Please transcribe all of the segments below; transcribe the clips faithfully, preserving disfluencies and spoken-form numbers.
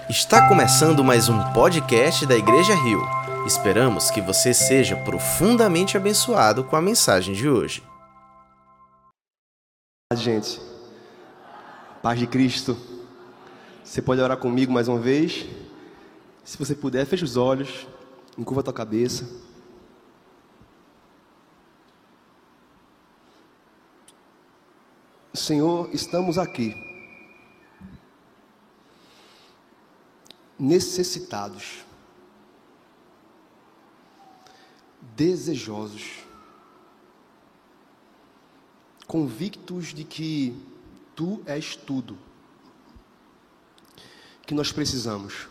Está começando mais um podcast da Igreja Rio. Esperamos que você seja profundamente abençoado com a mensagem de hoje. Gente, paz de Cristo. Você pode orar comigo mais uma vez? Se você puder, feche os olhos, encurva a tua cabeça. Senhor, estamos aqui, necessitados, desejosos, convictos de que Tu és tudo que nós precisamos.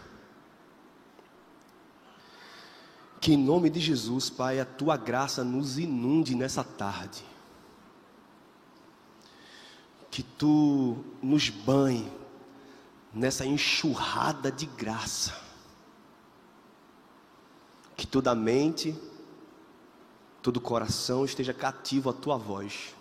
Que em nome de Jesus, Pai, a Tua graça nos inunde nessa tarde. Que Tu nos banhe nessa enxurrada de graça. Que toda mente, todo coração esteja cativo à Tua voz.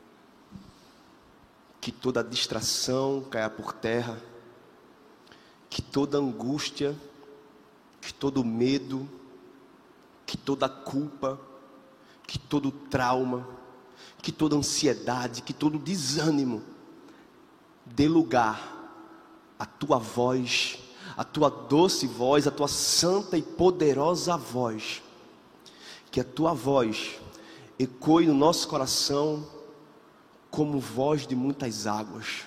Que toda distração caia por terra. Que toda angústia, que todo medo, que toda culpa, que todo trauma, que toda ansiedade, que todo desânimo dê lugar à Tua voz, à Tua doce voz, à Tua santa e poderosa voz. Que a Tua voz ecoe no nosso coração como voz de muitas águas,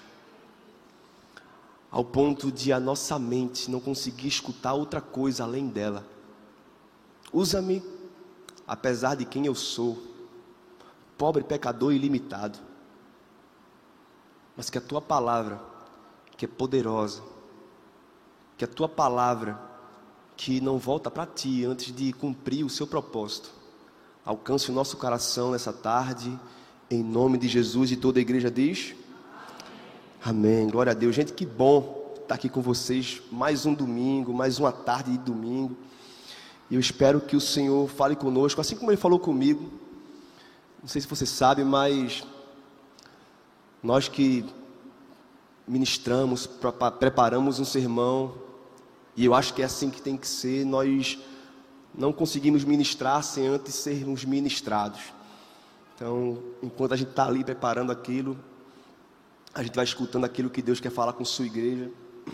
ao ponto de a nossa mente não conseguir escutar outra coisa além dela. Usa-me, apesar de quem eu sou, pobre, pecador e limitado, mas que a Tua palavra, que é poderosa, que a Tua palavra, que não volta para Ti antes de cumprir o seu propósito, alcance o nosso coração nessa tarde, em nome de Jesus. E toda a igreja diz amém. Glória a Deus. Gente, que bom estar aqui com vocês, mais um domingo, mais uma tarde de domingo, e eu espero que o Senhor fale conosco, assim como Ele falou comigo. Não sei se você sabe, mas nós que ministramos, preparamos um sermão, e eu acho que é assim que tem que ser, nós não conseguimos ministrar sem antes sermos ministrados. Então, enquanto a gente está ali preparando aquilo, a gente vai escutando aquilo que Deus quer falar com sua igreja.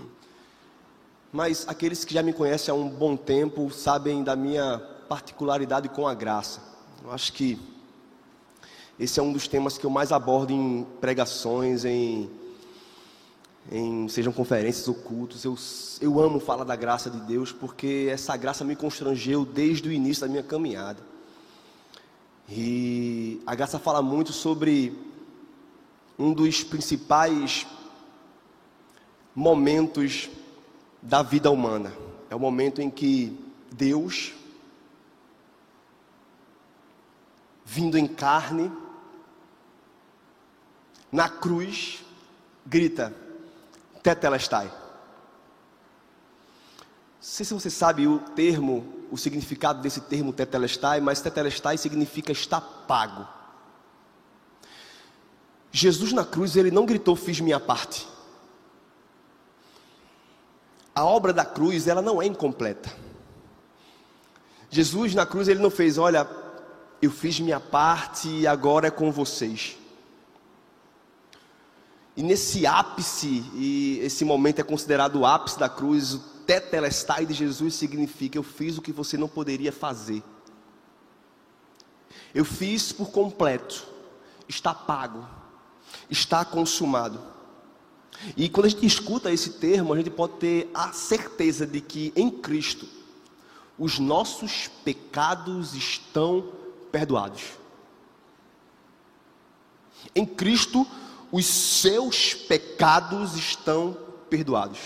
Mas aqueles que já me conhecem há um bom tempo sabem da minha particularidade com a graça. Eu acho que esse é um dos temas que eu mais abordo em pregações, em, em sejam conferências ou cultos. Eu, eu amo falar da graça de Deus, porque essa graça me constrangeu desde o início da minha caminhada. E a graça fala muito sobre um dos principais momentos da vida humana. É o momento em que Deus, vindo em carne, na cruz, grita: Tetelestai. Não sei se você sabe o termo, o significado desse termo Tetelestai, mas Tetelestai significa estar pago. Jesus na cruz, Ele não gritou: fiz minha parte. A obra da cruz, ela não é incompleta. Jesus na cruz, Ele não fez: olha, eu fiz minha parte e agora é com vocês. E nesse ápice, e esse momento é considerado o ápice da cruz, o Tetelestai de Jesus significa: eu fiz o que você não poderia fazer. Eu fiz por completo. Está pago. Está consumado. E quando a gente escuta esse termo, a gente pode ter a certeza de que em Cristo os nossos pecados estão perdoados. Em Cristo os seus pecados estão perdoados.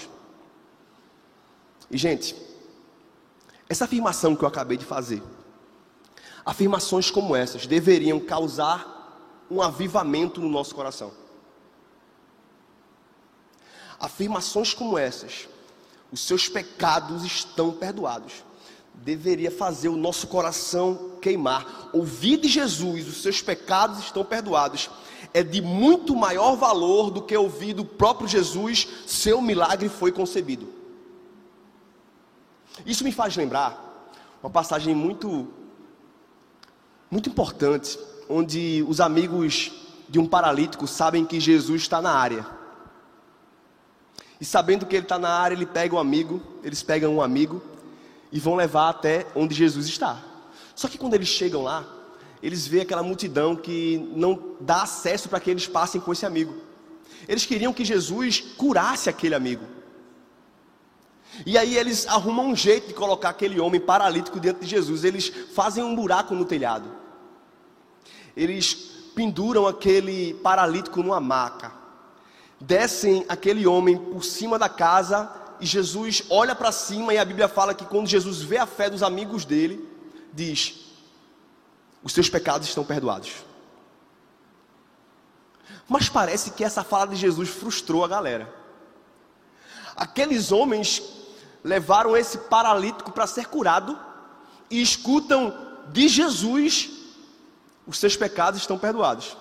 E gente, essa afirmação que eu acabei de fazer, afirmações como essas deveriam causar um avivamento no nosso coração. Afirmações como essas, os seus pecados estão perdoados, deveria fazer o nosso coração queimar. Ouvir de Jesus: os seus pecados estão perdoados, é de muito maior valor do que ouvir do próprio Jesus: seu milagre foi concebido. Isso me faz lembrar uma passagem muito, muito importante, onde os amigos de um paralítico sabem que Jesus está na área. E sabendo que ele está na área, ele pega um amigo, eles pegam um amigo e vão levar até onde Jesus está. Só que quando eles chegam lá, eles veem aquela multidão que não dá acesso para que eles passem com esse amigo. Eles queriam que Jesus curasse aquele amigo. E aí eles arrumam um jeito de colocar aquele homem paralítico diante de Jesus. Eles fazem um buraco no telhado. Eles penduram aquele paralítico numa maca. Descem aquele homem por cima da casa e Jesus olha para cima, e a Bíblia fala que quando Jesus vê a fé dos amigos dele, diz: os seus pecados estão perdoados. Mas parece que essa fala de Jesus frustrou a galera. Aqueles homens levaram esse paralítico para ser curado e escutam de Jesus: os seus pecados estão perdoados.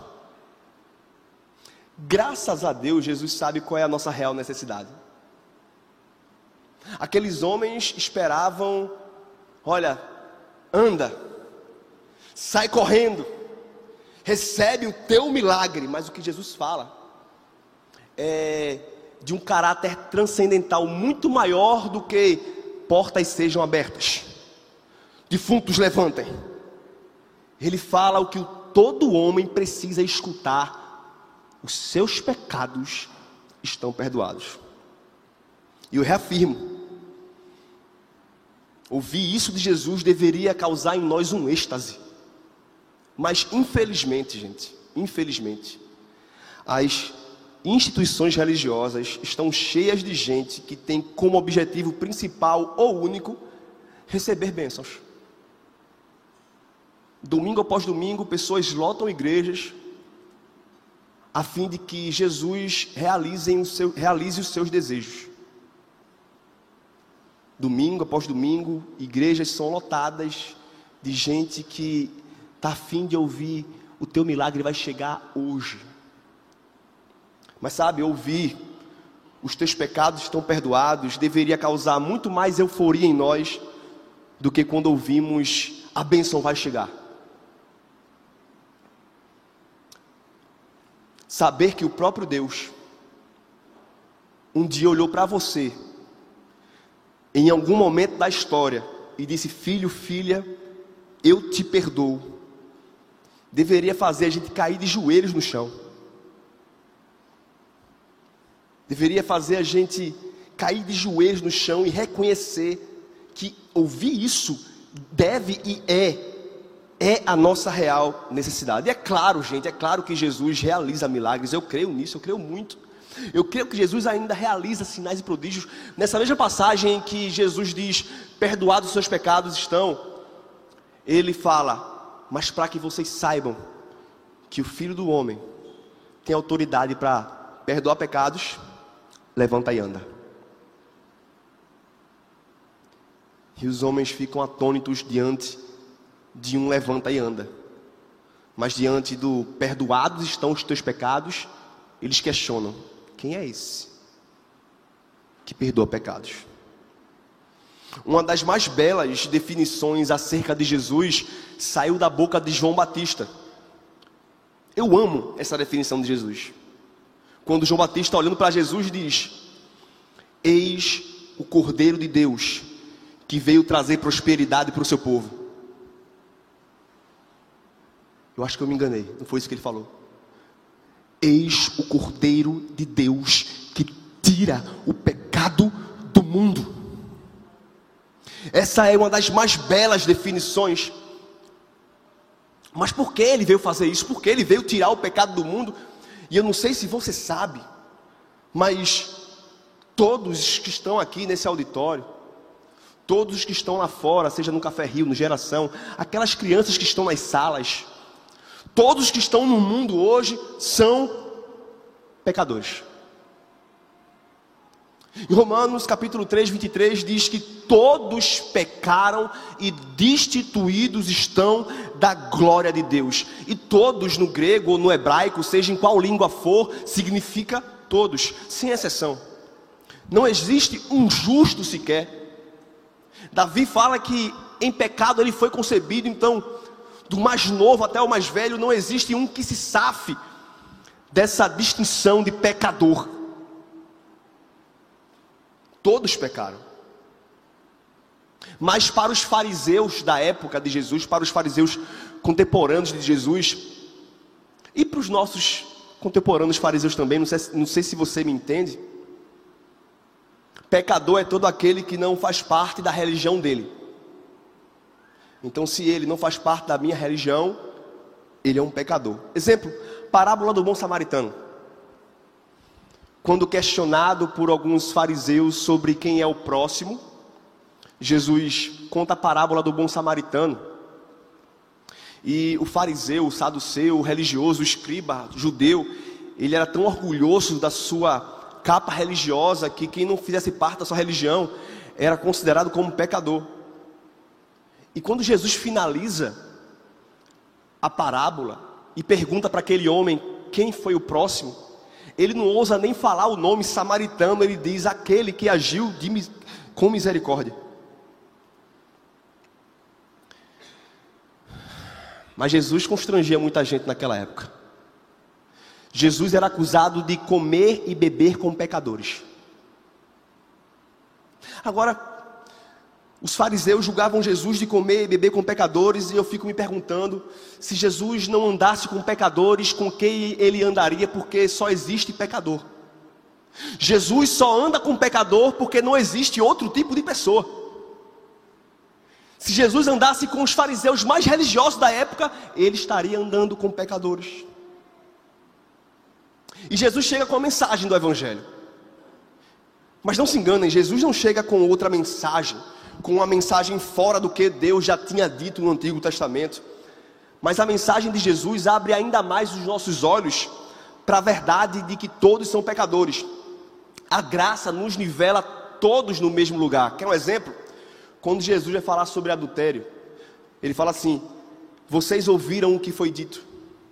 Graças a Deus, Jesus sabe qual é a nossa real necessidade. Aqueles homens esperavam: olha, anda, sai correndo, recebe o teu milagre. Mas o que Jesus fala é de um caráter transcendental muito maior do que portas sejam abertas, defuntos levantem. Ele fala o que todo homem precisa escutar: os seus pecados estão perdoados. E eu reafirmo, ouvir isso de Jesus deveria causar em nós um êxtase. Mas infelizmente, gente, infelizmente, as instituições religiosas estão cheias de gente que tem como objetivo principal ou único receber bênçãos. Domingo após domingo, pessoas lotam igrejas a fim de que Jesus realize, o seu, realize os seus desejos. Domingo após domingo, igrejas são lotadas de gente que está a fim de ouvir: o teu milagre vai chegar hoje. Mas sabe, ouvir os teus pecados estão perdoados deveria causar muito mais euforia em nós do que quando ouvimos: a bênção vai chegar. Saber que o próprio Deus um dia olhou para você em algum momento da história e disse: filho, filha, eu te perdoo, deveria fazer a gente cair de joelhos no chão. Deveria fazer a gente cair de joelhos no chão e reconhecer que ouvir isso deve e é É a nossa real necessidade. E é claro, gente, é claro que Jesus realiza milagres. Eu creio nisso, eu creio muito. Eu creio que Jesus ainda realiza sinais e prodígios. Nessa mesma passagem em que Jesus diz: perdoados os seus pecados estão, ele fala: mas para que vocês saibam que o Filho do Homem tem autoridade para perdoar pecados, levanta e anda. E os homens ficam atônitos diante de um levanta e anda. Mas diante do perdoados estão os teus pecados, eles questionam: quem é esse que perdoa pecados? Uma das mais belas definições acerca de Jesus saiu da boca de João Batista. Eu amo essa definição de Jesus. Quando João Batista, olhando para Jesus, diz: eis o Cordeiro de Deus que veio trazer prosperidade para o seu povo. Eu acho que eu me enganei, não foi isso que ele falou. Eis o Cordeiro de Deus que tira o pecado do mundo. Essa é uma das mais belas definições. Mas por que ele veio fazer isso? Por que ele veio tirar o pecado do mundo? E eu não sei se você sabe, mas todos que estão aqui nesse auditório, todos que estão lá fora, seja no Café Rio, no Geração, aquelas crianças que estão nas salas, todos que estão no mundo hoje são pecadores. Em Romanos capítulo três, vinte e três diz que todos pecaram e destituídos estão da glória de Deus. E todos no grego ou no hebraico, seja em qual língua for, significa todos, sem exceção. Não existe um justo sequer. Davi fala que em pecado ele foi concebido, então do mais novo até o mais velho não existe um que se safe dessa distinção de pecador. Todos pecaram. Mas para os fariseus da época de Jesus, para os fariseus contemporâneos de Jesus, e para os nossos contemporâneos fariseus também, não sei, não sei se você me entende, pecador é todo aquele que não faz parte da religião dele. Então, se ele não faz parte da minha religião, ele é um pecador. Exemplo, parábola do bom samaritano. Quando questionado por alguns fariseus sobre quem é o próximo, Jesus conta a parábola do bom samaritano. E o fariseu, o saduceu, o religioso, o escriba, o judeu, ele era tão orgulhoso da sua capa religiosa que quem não fizesse parte da sua religião era considerado como pecador. E quando Jesus finaliza a parábola e pergunta para aquele homem quem foi o próximo, ele não ousa nem falar o nome samaritano, ele diz aquele que agiu de, com misericórdia. Mas Jesus constrangia muita gente naquela época. Jesus era acusado de comer e beber com pecadores. Agora, os fariseus julgavam Jesus de comer e beber com pecadores, e eu fico me perguntando, se Jesus não andasse com pecadores, com quem ele andaria? Porque só existe pecador. Jesus só anda com pecador porque não existe outro tipo de pessoa. Se Jesus andasse com os fariseus mais religiosos da época, ele estaria andando com pecadores. E Jesus chega com a mensagem do Evangelho. Mas não se enganem, Jesus não chega com outra mensagem, com uma mensagem fora do que Deus já tinha dito no Antigo Testamento. Mas a mensagem de Jesus abre ainda mais os nossos olhos para a verdade de que todos são pecadores. A graça nos nivela todos no mesmo lugar. Quer um exemplo? Quando Jesus vai falar sobre adultério, ele fala assim: vocês ouviram o que foi dito,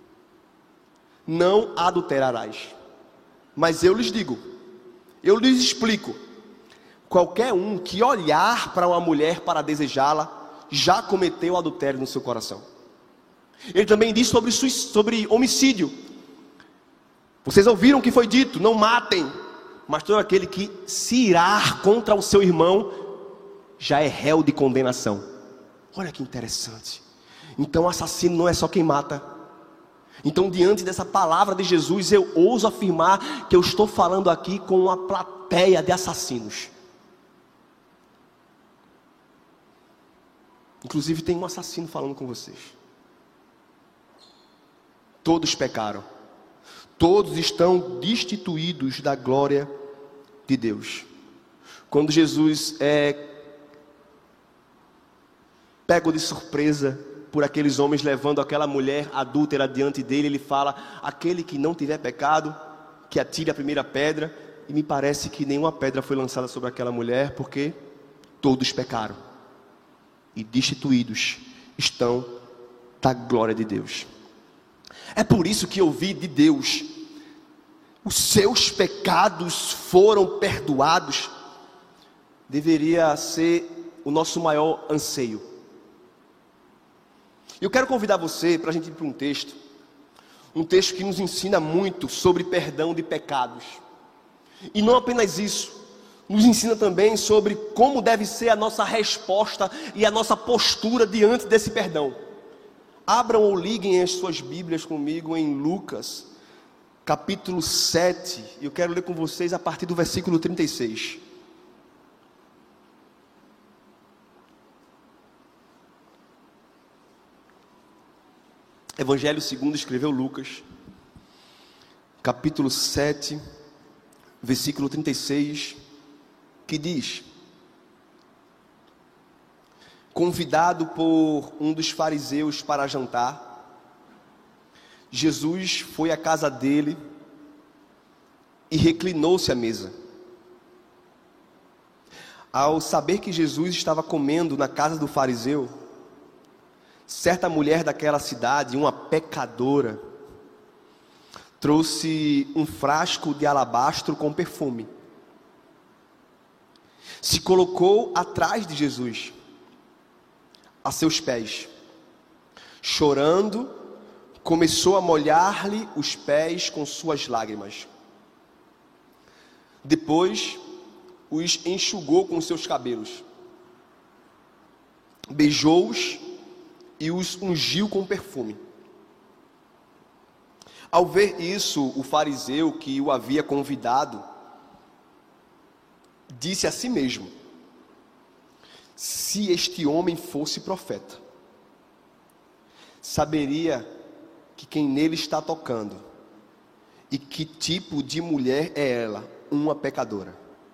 não adulterarás. Mas eu lhes digo, eu lhes explico, qualquer um que olhar para uma mulher para desejá-la, já cometeu adultério no seu coração. Ele também diz sobre, sobre homicídio. Vocês ouviram o que foi dito, não matem. Mas todo aquele que se irar contra o seu irmão, já é réu de condenação. Olha que interessante. Então assassino não é só quem mata. Então, diante dessa palavra de Jesus, eu ouso afirmar que eu estou falando aqui com uma plateia de assassinos. Inclusive tem um assassino falando com vocês. Todos pecaram. Todos estão destituídos da glória de Deus. Quando Jesus é pego de surpresa por aqueles homens levando aquela mulher adúltera diante dele, ele fala: aquele que não tiver pecado, que atire a primeira pedra. E me parece que nenhuma pedra foi lançada sobre aquela mulher, porque todos pecaram e destituídos estão da glória de Deus. É por isso que eu vi de Deus: os seus pecados foram perdoados. Deveria ser o nosso maior anseio. Eu quero convidar você para a gente ir para um texto, um texto que nos ensina muito sobre perdão de pecados. E não apenas isso, nos ensina também sobre como deve ser a nossa resposta e a nossa postura diante desse perdão. Abram ou liguem as suas Bíblias comigo em Lucas, capítulo sete. E eu quero ler com vocês a partir do versículo trinta e seis. Evangelho segundo escreveu Lucas, capítulo sete, versículo trinta e seis, que diz: convidado por um dos fariseus para jantar, Jesus foi à casa dele e reclinou-se à mesa. Ao saber que Jesus estava comendo na casa do fariseu, certa mulher daquela cidade, uma pecadora, trouxe um frasco de alabastro com perfume. se colocou atrás de Jesus, a seus pés. Chorando, começou a molhar-lhe os pés com suas lágrimas. Depois, os enxugou com seus cabelos. Beijou-os e os ungiu com perfume. Ao ver isso, o fariseu que o havia convidado disse a si mesmo: se este homem fosse profeta, saberia que quem nele está tocando e que tipo de mulher é ela, uma pecadora.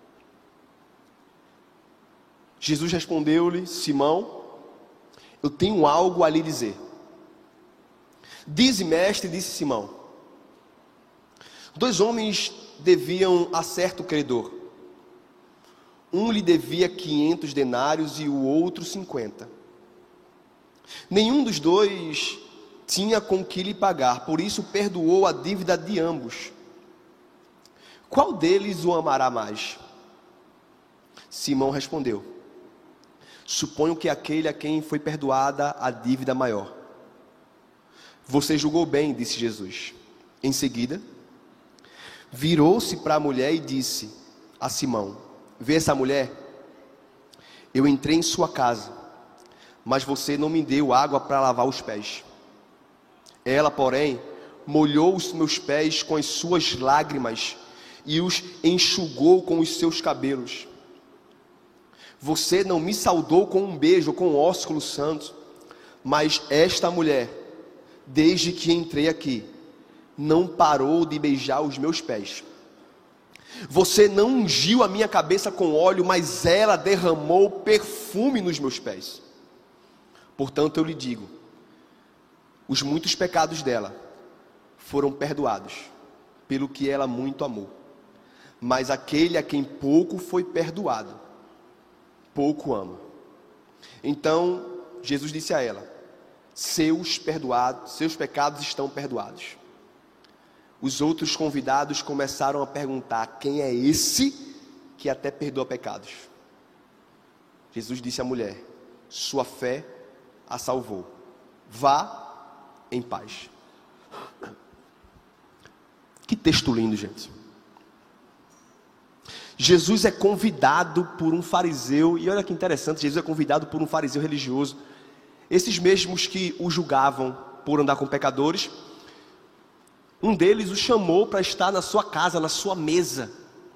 Jesus respondeu-lhe: Simão, eu tenho algo a lhe dizer. Dize, mestre, disse Simão. Dois homens deviam a certo credor. Um lhe devia quinhentos denários e o outro cinquenta. Nenhum dos dois tinha com que lhe pagar, por isso perdoou a dívida de ambos. Qual deles o amará mais? Simão respondeu: suponho que aquele a quem foi perdoada a dívida maior. Você julgou bem, disse Jesus. Em seguida, virou-se para a mulher e disse a Simão: vê essa mulher? Eu entrei em sua casa, mas você não me deu água para lavar os pés. Ela, porém, molhou os meus pés com as suas lágrimas e os enxugou com os seus cabelos. Você não me saudou com um beijo, com um ósculo santo, mas esta mulher, desde que entrei aqui, não parou de beijar os meus pés. Você não ungiu a minha cabeça com óleo, mas ela derramou perfume nos meus pés. Portanto, eu lhe digo, os muitos pecados dela foram perdoados, pelo que ela muito amou. Mas aquele a quem pouco foi perdoado, pouco ama. Então, Jesus disse a ela: seus perdoados, seus pecados estão perdoados. Os outros convidados começaram a perguntar: quem é esse que até perdoa pecados? Jesus disse à mulher: sua fé a salvou. Vá em paz. Que texto lindo, gente. Jesus é convidado por um fariseu, e olha que interessante, Jesus é convidado por um fariseu religioso, esses mesmos que o julgavam por andar com pecadores. Um deles o chamou para estar na sua casa, na sua mesa.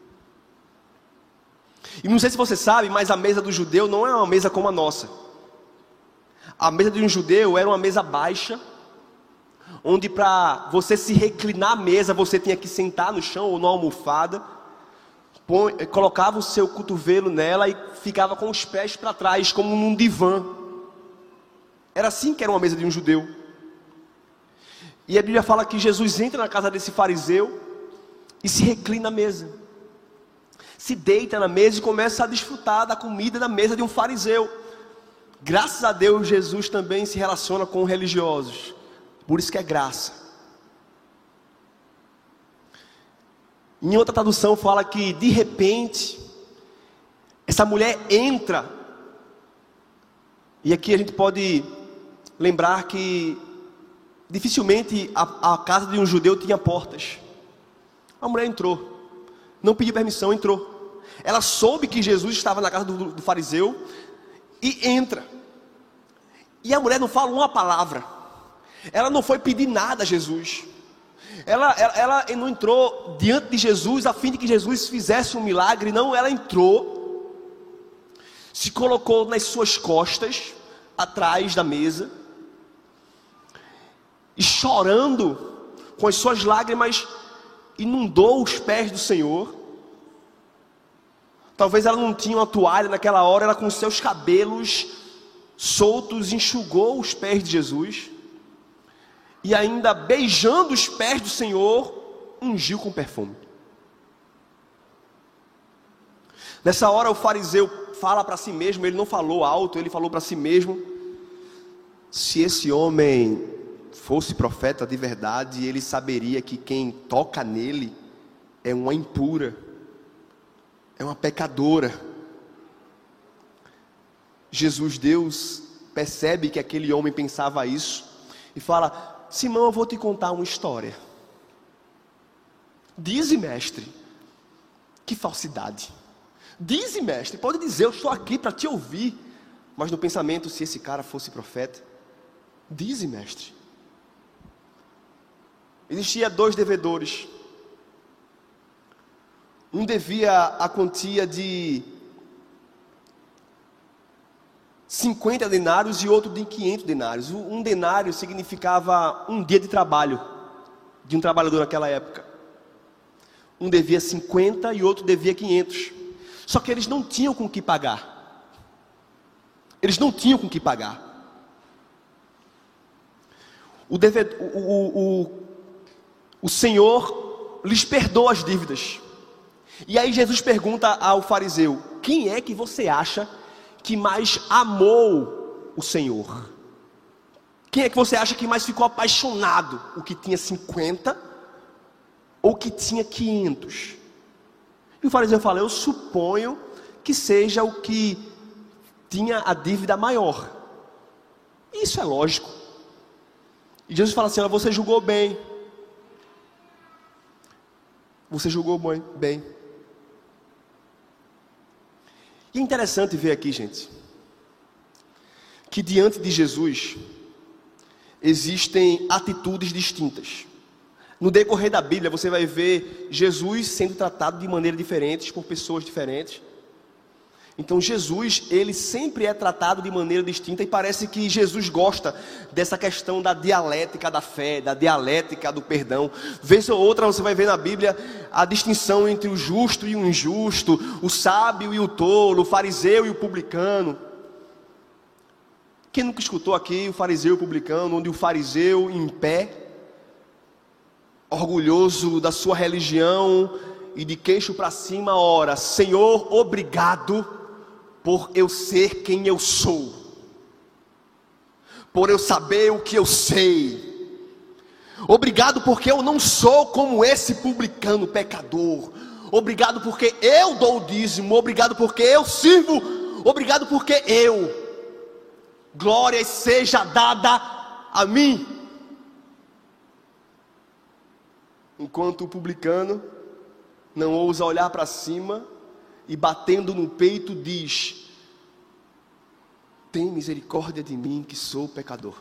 E não sei se você sabe, mas a mesa do judeu não é uma mesa como a nossa. A mesa de um judeu era uma mesa baixa, onde para você se reclinar à mesa, você tinha que sentar no chão ou numa almofada, põe, colocava o seu cotovelo nela e ficava com os pés para trás, como num divã. Era assim que era uma mesa de um judeu. E a Bíblia fala que Jesus entra na casa desse fariseu e se reclina à mesa. Se deita na mesa e começa a desfrutar da comida da mesa de um fariseu. Graças a Deus, Jesus também se relaciona com religiosos. Por isso que é graça. Em outra tradução fala que de repente essa mulher entra. E aqui a gente pode lembrar que dificilmente a, a casa de um judeu tinha portas. A mulher entrou, não pediu permissão, entrou. Ela soube que Jesus estava na casa do, do fariseu e entra. E a mulher não fala uma palavra. Ela não foi pedir nada a Jesus. Ela, ela, ela não entrou diante de Jesus a fim de que Jesus fizesse um milagre. Não, ela entrou, se colocou nas suas costas, atrás da mesa, e chorando, com as suas lágrimas, inundou os pés do Senhor. Talvez ela não tinha uma toalha naquela hora, ela com seus cabelos soltos enxugou os pés de Jesus. E ainda beijando os pés do Senhor, ungiu com perfume. Nessa hora o fariseu fala para si mesmo, ele não falou alto, ele falou para si mesmo: se esse homem fosse profeta de verdade, ele saberia que quem toca nele é uma impura, é uma pecadora. Jesus, Deus, percebe que aquele homem pensava isso e fala: Simão, eu vou te contar uma história. Dize, mestre. Que falsidade. Dize, mestre, pode dizer, eu estou aqui para te ouvir. Mas no pensamento, se esse cara fosse profeta, dize, mestre. Existia dois devedores. Um devia a quantia de cinquenta denários e outro de quinhentos denários. Um denário significava um dia de trabalho de um trabalhador naquela época. Um devia cinquenta e outro devia quinhentos. Só que eles não tinham com que pagar. Eles não tinham com que pagar. O, deved... o, o, o, o Senhor lhes perdoa as dívidas. E aí Jesus pergunta ao fariseu: quem é que você acha que mais amou o Senhor? Quem é que você acha que mais ficou apaixonado? O que tinha cinquenta ou o que tinha quinhentos? E o fariseu fala: eu suponho que seja o que tinha a dívida maior. Isso é lógico. E Jesus fala assim: você julgou bem. Você julgou bem. E é interessante ver aqui, gente, que diante de Jesus existem atitudes distintas. No decorrer da Bíblia você vai ver Jesus sendo tratado de maneira diferente por pessoas diferentes. Então Jesus, ele sempre é tratado de maneira distinta, e parece que Jesus gosta dessa questão da dialética da fé, da dialética do perdão. Vez ou outra você vai ver na Bíblia a distinção entre o justo e o injusto, o sábio e o tolo, o fariseu e o publicano. Quem nunca escutou aqui o fariseu e o publicano, onde o fariseu em pé, orgulhoso da sua religião e de queixo para cima, ora: Senhor, obrigado por eu ser quem eu sou, por eu saber o que eu sei, obrigado porque eu não sou como esse publicano pecador, obrigado porque eu dou o dízimo, obrigado porque eu sirvo, obrigado porque eu, glória seja dada a mim. Enquanto o publicano não ousa olhar para cima e, batendo no peito, diz: tem misericórdia de mim que sou pecador.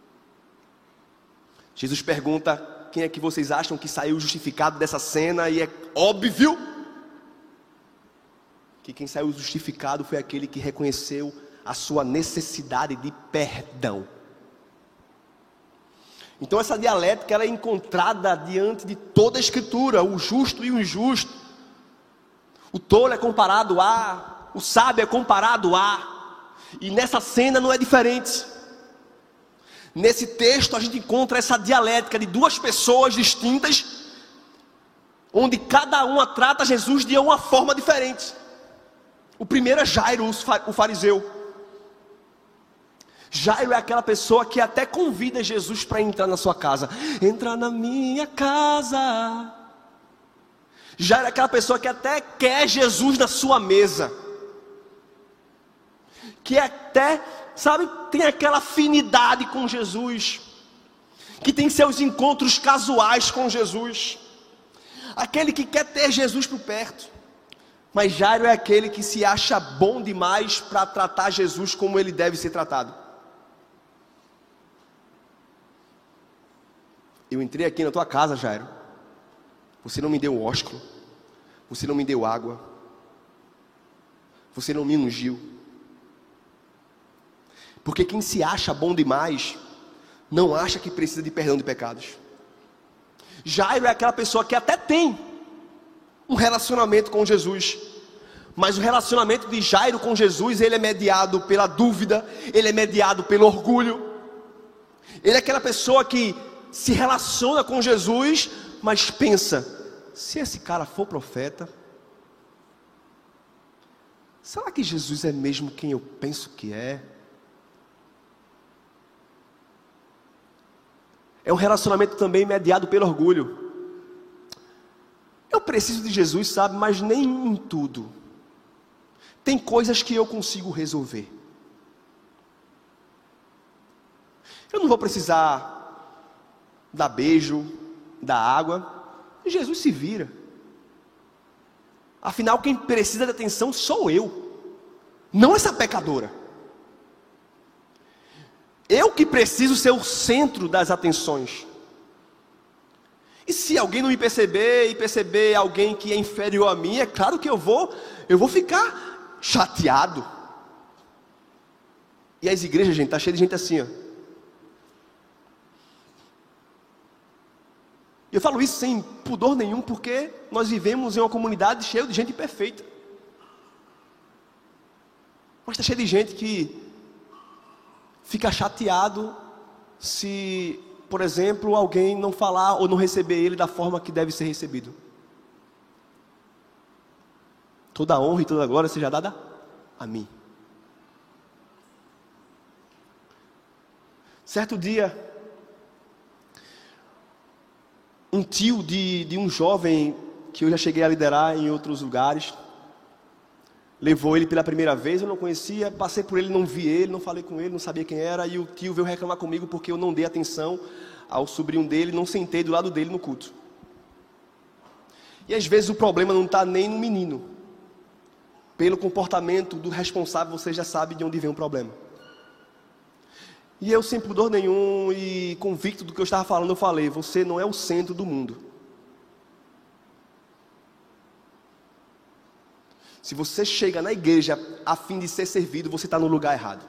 Jesus pergunta: quem é que vocês acham que saiu justificado dessa cena? E é óbvio que quem saiu justificado foi aquele que reconheceu a sua necessidade de perdão. Então essa dialética, ela é encontrada diante de toda a Escritura, o justo e o injusto. O tolo é comparado a, o sábio é comparado a, e nessa cena não é diferente. Nesse texto a gente encontra essa dialética de duas pessoas distintas, onde cada uma trata Jesus de uma forma diferente. O primeiro é Jairo, o fariseu. Jairo é aquela pessoa que até convida Jesus para entrar na sua casa. Entra na minha casa. Jairo é aquela pessoa que até quer Jesus na sua mesa, que até, sabe, tem aquela afinidade com Jesus, que tem seus encontros casuais com Jesus, aquele que quer ter Jesus por perto. Mas Jairo é aquele que se acha bom demais para tratar Jesus como ele deve ser tratado. Eu entrei aqui na tua casa, Jairo. Você não me deu ósculo, você não me deu água, você não me ungiu. Porque quem se acha bom demais, não acha que precisa de perdão de pecados. Jairo é aquela pessoa que até tem um relacionamento com Jesus, mas o relacionamento de Jairo com Jesus, ele é mediado pela dúvida, ele é mediado pelo orgulho. Ele é aquela pessoa que se relaciona com Jesus, mas pensa: se esse cara for profeta, será que Jesus é mesmo quem eu penso que é? É um relacionamento também mediado pelo orgulho. Eu preciso de Jesus, sabe, mas nem em tudo. Tem coisas que eu consigo resolver. Eu não vou precisar dar beijo, dar água. Jesus se vira. Afinal, quem precisa de atenção sou eu, não essa pecadora. Eu que preciso ser o centro das atenções. E se alguém não me perceber e perceber alguém que é inferior a mim, é claro que eu vou, eu vou ficar chateado. E as igrejas, gente, tá cheio de gente assim, ó. Eu falo isso sem pudor nenhum, porque nós vivemos em uma comunidade cheia de gente perfeita. Mas está cheio de gente que fica chateado se, por exemplo, alguém não falar ou não receber ele da forma que deve ser recebido. Toda a honra e toda a glória seja dada a mim. Certo dia, um tio de, de um jovem que eu já cheguei a liderar em outros lugares, levou ele pela primeira vez, eu não conhecia, passei por ele, não vi ele, não falei com ele, não sabia quem era, e o tio veio reclamar comigo porque eu não dei atenção ao sobrinho dele, não sentei do lado dele no culto. E às vezes o problema não está nem no menino. Pelo comportamento do responsável, você já sabe de onde vem o problema. E eu, sem pudor nenhum e convicto do que eu estava falando, eu falei: você não é o centro do mundo. Se você chega na igreja a fim de ser servido, você está no lugar errado.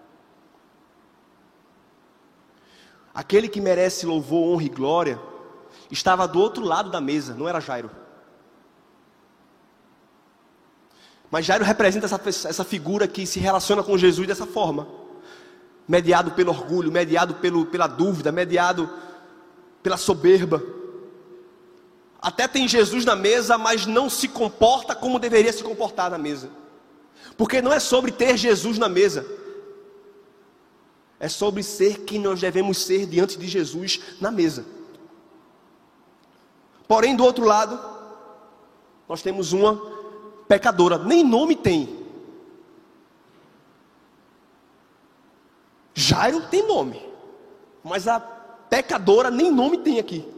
Aquele que merece louvor, honra e glória estava do outro lado da mesa, não era Jairo. Mas Jairo representa essa, essa figura que se relaciona com Jesus dessa forma, mediado pelo orgulho, mediado pelo, pela dúvida, mediado pela soberba. Até tem Jesus na mesa, mas não se comporta como deveria se comportar na mesa. Porque não é sobre ter Jesus na mesa, é sobre ser quem nós devemos ser diante de Jesus na mesa. Porém, do outro lado, nós temos uma pecadora, nem nome tem. Jairo tem nome, mas a pecadora nem nome tem aqui.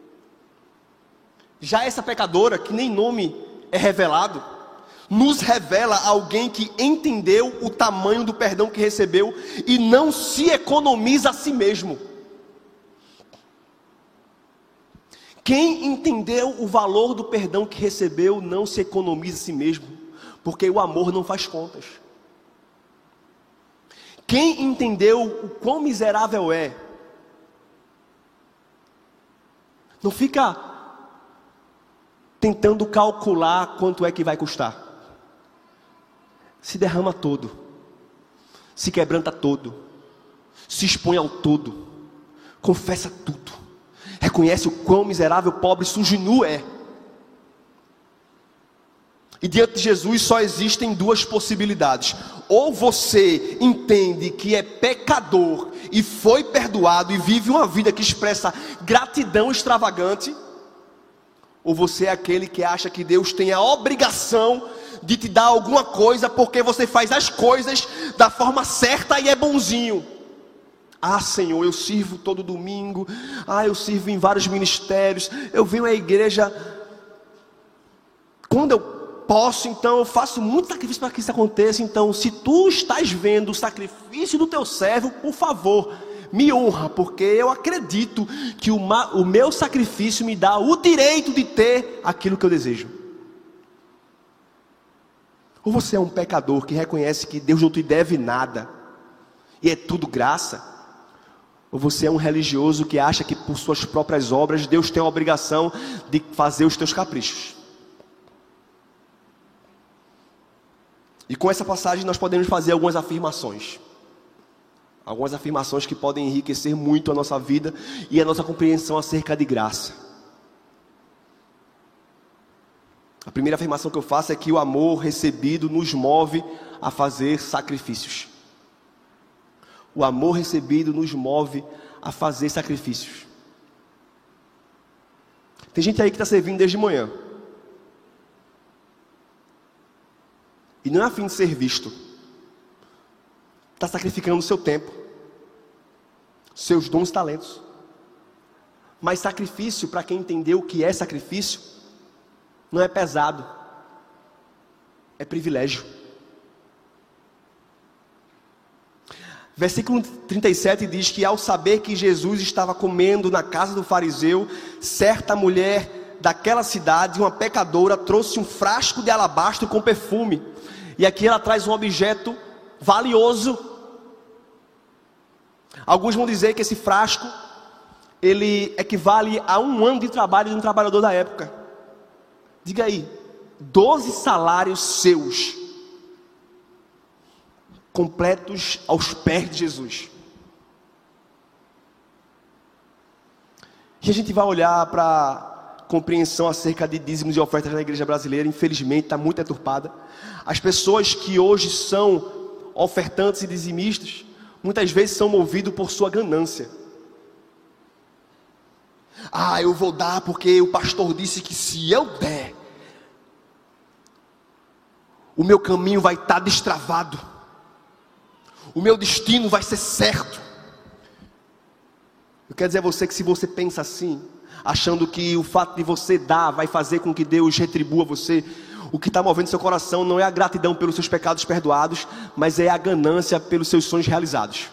Já essa pecadora, que nem nome é revelado, nos revela alguém que entendeu o tamanho do perdão que recebeu e não se economiza a si mesmo. Quem entendeu o valor do perdão que recebeu não se economiza a si mesmo, porque o amor não faz contas. Quem entendeu o quão miserável é, não fica tentando calcular quanto é que vai custar. Se derrama todo, se quebranta todo, se expõe ao todo, confessa tudo, reconhece o quão miserável, pobre, sujo e nu é. E diante de Jesus só existem duas possibilidades: ou você entende que é pecador e foi perdoado e vive uma vida que expressa gratidão extravagante, ou você é aquele que acha que Deus tem a obrigação de te dar alguma coisa porque você faz as coisas da forma certa e é bonzinho. Ah, Senhor, eu sirvo todo domingo, ah, eu sirvo em vários ministérios, eu venho à igreja quando eu posso, então eu faço muito sacrifício para que isso aconteça. Então, se tu estás vendo o sacrifício do teu servo, por favor, me honra, porque eu acredito que o, o meu sacrifício me dá o direito de ter aquilo que eu desejo. Ou você é um pecador que reconhece que Deus não te deve nada e é tudo graça, ou você é um religioso que acha que por suas próprias obras Deus tem a obrigação de fazer os teus caprichos. E com essa passagem nós podemos fazer algumas afirmações. Algumas afirmações que podem enriquecer muito a nossa vida e a nossa compreensão acerca de graça. A primeira afirmação que eu faço é que o amor recebido nos move a fazer sacrifícios. O amor recebido nos move a fazer sacrifícios. Tem gente aí que está servindo desde manhã. E não é a fim de ser visto. Está sacrificando o seu tempo, seus dons e talentos. Mas sacrifício, para quem entendeu o que é sacrifício, não é pesado, é privilégio. Versículo trinta e sete diz que ao saber que Jesus estava comendo na casa do fariseu, certa mulher daquela cidade, uma pecadora, trouxe um frasco de alabastro com perfume. E aqui ela traz um objeto valioso. Alguns vão dizer que esse frasco, ele equivale a um ano de trabalho de um trabalhador da época. Diga aí, doze salários seus, completos aos pés de Jesus. E a gente vai olhar para a compreensão acerca de dízimos e ofertas na igreja brasileira. Infelizmente está muito deturpada. As pessoas que hoje são ofertantes e dizimistas, muitas vezes são movidos por sua ganância. Ah, eu vou dar porque o pastor disse que se eu der, o meu caminho vai estar destravado, o meu destino vai ser certo. Eu quero dizer a você que se você pensa assim, achando que o fato de você dar vai fazer com que Deus retribua você, o que está movendo seu coração não é a gratidão pelos seus pecados perdoados, mas é a ganância pelos seus sonhos realizados.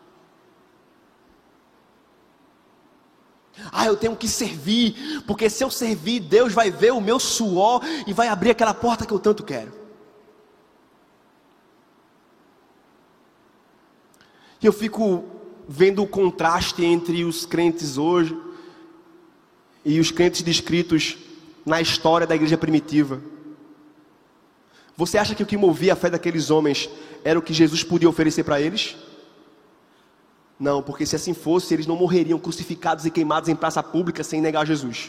Ah, eu tenho que servir, porque se eu servir, Deus vai ver o meu suor e vai abrir aquela porta que eu tanto quero. E eu fico vendo o contraste entre os crentes hoje e os crentes descritos na história da igreja primitiva. Você acha que o que movia a fé daqueles homens era o que Jesus podia oferecer para eles? Não, porque se assim fosse, eles não morreriam crucificados e queimados em praça pública sem negar Jesus.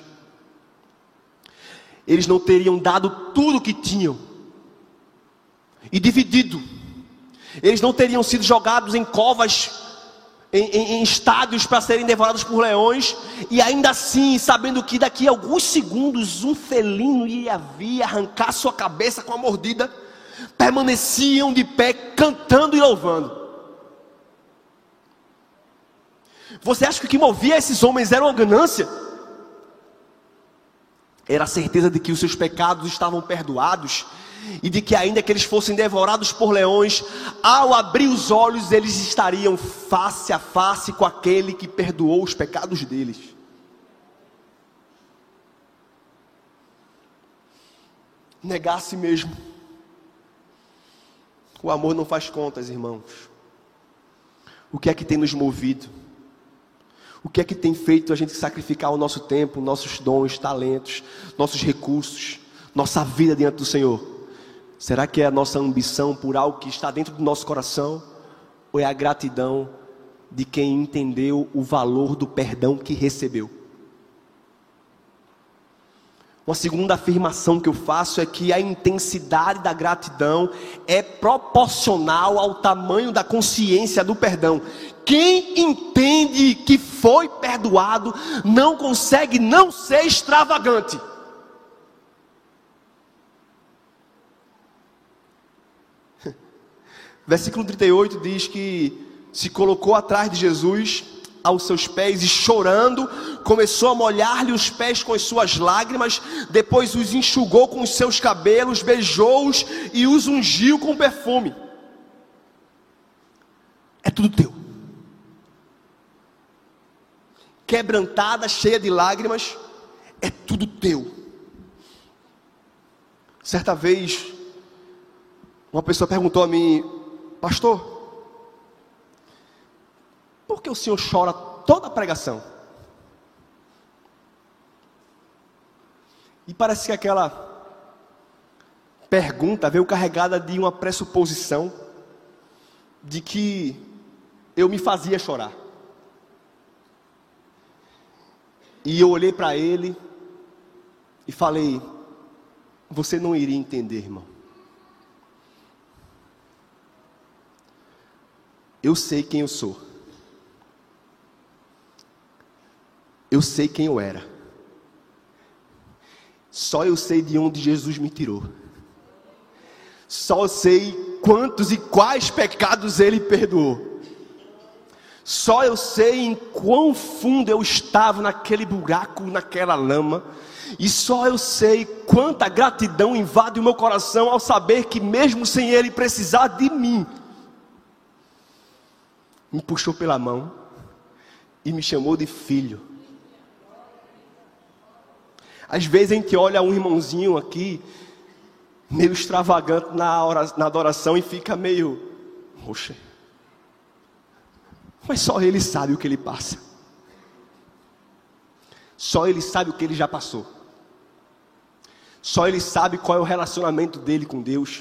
Eles não teriam dado tudo o que tinham e dividido. Eles não teriam sido jogados em covas, em, em, em estádios para serem devorados por leões, e ainda assim, sabendo que daqui a alguns segundos um felino ia vir arrancar sua cabeça com a mordida, permaneciam de pé cantando e louvando. Você acha que o que movia esses homens era uma ganância? Era a certeza de que os seus pecados estavam perdoados e de que ainda que eles fossem devorados por leões, ao abrir os olhos eles estariam face a face com aquele que perdoou os pecados deles. Negar a si mesmo. O amor não faz contas, irmãos. O que é que tem nos movido? O que é que tem feito a gente sacrificar o nosso tempo, nossos dons, talentos, nossos recursos, nossa vida diante do Senhor? Será que é a nossa ambição por algo que está dentro do nosso coração? Ou é a gratidão de quem entendeu o valor do perdão que recebeu? Uma segunda afirmação que eu faço é que a intensidade da gratidão é proporcional ao tamanho da consciência do perdão. Quem entende que foi perdoado não consegue não ser extravagante. Versículo trinta e oito diz que se colocou atrás de Jesus aos seus pés e chorando, começou a molhar-lhe os pés com as suas lágrimas, depois os enxugou com os seus cabelos, beijou-os e os ungiu com perfume. É tudo teu. Quebrantada, cheia de lágrimas, é tudo teu. Certa vez, uma pessoa perguntou a mim: pastor, por que o senhor chora toda a pregação? E parece que aquela pergunta veio carregada de uma pressuposição de que eu me fazia chorar. E eu olhei para ele e falei: você não iria entender, irmão. Eu sei quem eu sou. Eu sei quem eu era. Só eu sei de onde Jesus me tirou. Só eu sei quantos e quais pecados Ele perdoou. Só eu sei em quão fundo eu estava naquele buraco, naquela lama. E só eu sei quanta gratidão invade o meu coração ao saber que mesmo sem Ele precisar de mim, me puxou pela mão e me chamou de filho. Às vezes a gente olha um irmãozinho aqui, meio extravagante na, hora, na adoração e fica meio, poxa, mas só Ele sabe o que Ele passa. Só Ele sabe o que Ele já passou. Só Ele sabe qual é o relacionamento dele com Deus.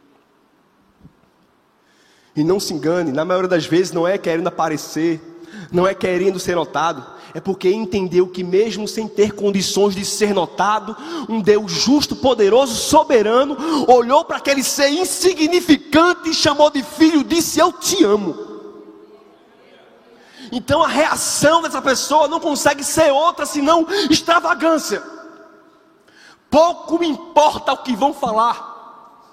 E não se engane, na maioria das vezes não é querendo aparecer, não é querendo ser notado, é porque entendeu que mesmo sem ter condições de ser notado, um Deus justo, poderoso, soberano, olhou para aquele ser insignificante e chamou de filho, disse: eu te amo. Então a reação dessa pessoa não consegue ser outra senão extravagância. Pouco me importa o que vão falar.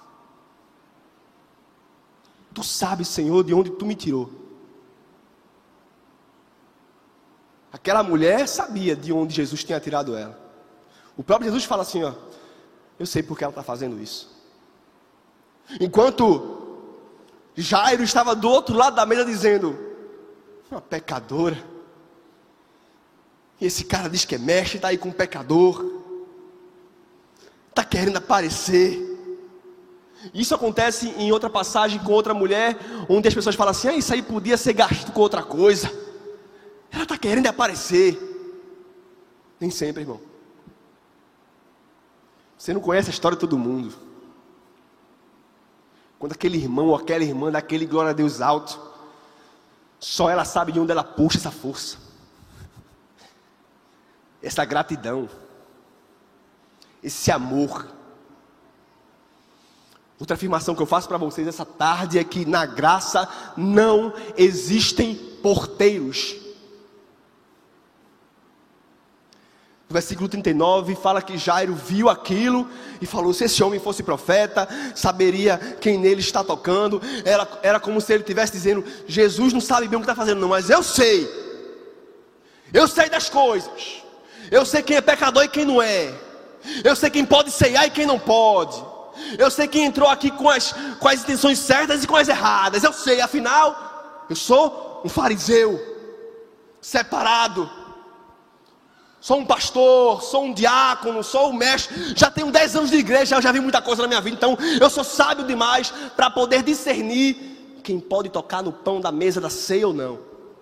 Tu sabes, Senhor, de onde tu me tirou. Aquela mulher sabia de onde Jesus tinha tirado ela. O próprio Jesus fala assim, ó: eu sei porque ela está fazendo isso. Enquanto Jairo estava do outro lado da mesa dizendo: uma pecadora. E esse cara diz que é mestre, está aí com um pecador. Está querendo aparecer. Isso acontece em outra passagem com outra mulher, onde as pessoas falam assim: ah, isso aí podia ser gasto com outra coisa. Ela está querendo aparecer. Nem sempre, irmão. Você não conhece a história de todo mundo. Quando aquele irmão ou aquela irmã dá aquele glória a Deus alto, só ela sabe de onde ela puxa essa força, essa gratidão, esse amor. Outra afirmação que eu faço para vocês essa tarde é que na graça não existem porteiros. No versículo trinta e nove fala que Jairo viu aquilo e falou: se esse homem fosse profeta, saberia quem nele está tocando. Era, era como se ele estivesse dizendo: Jesus não sabe bem o que está fazendo não, mas eu sei. Eu sei das coisas. Eu sei quem é pecador e quem não é. Eu sei quem pode ceiar e quem não pode. Eu sei quem entrou aqui com as, com as intenções certas e com as erradas. Eu sei, afinal, eu sou um fariseu separado. Sou um pastor, sou um diácono, sou um mestre. Já tenho dez anos de igreja, eu já vi muita coisa na minha vida. Então eu sou sábio demais para poder discernir quem pode tocar no pão da mesa da ceia ou não.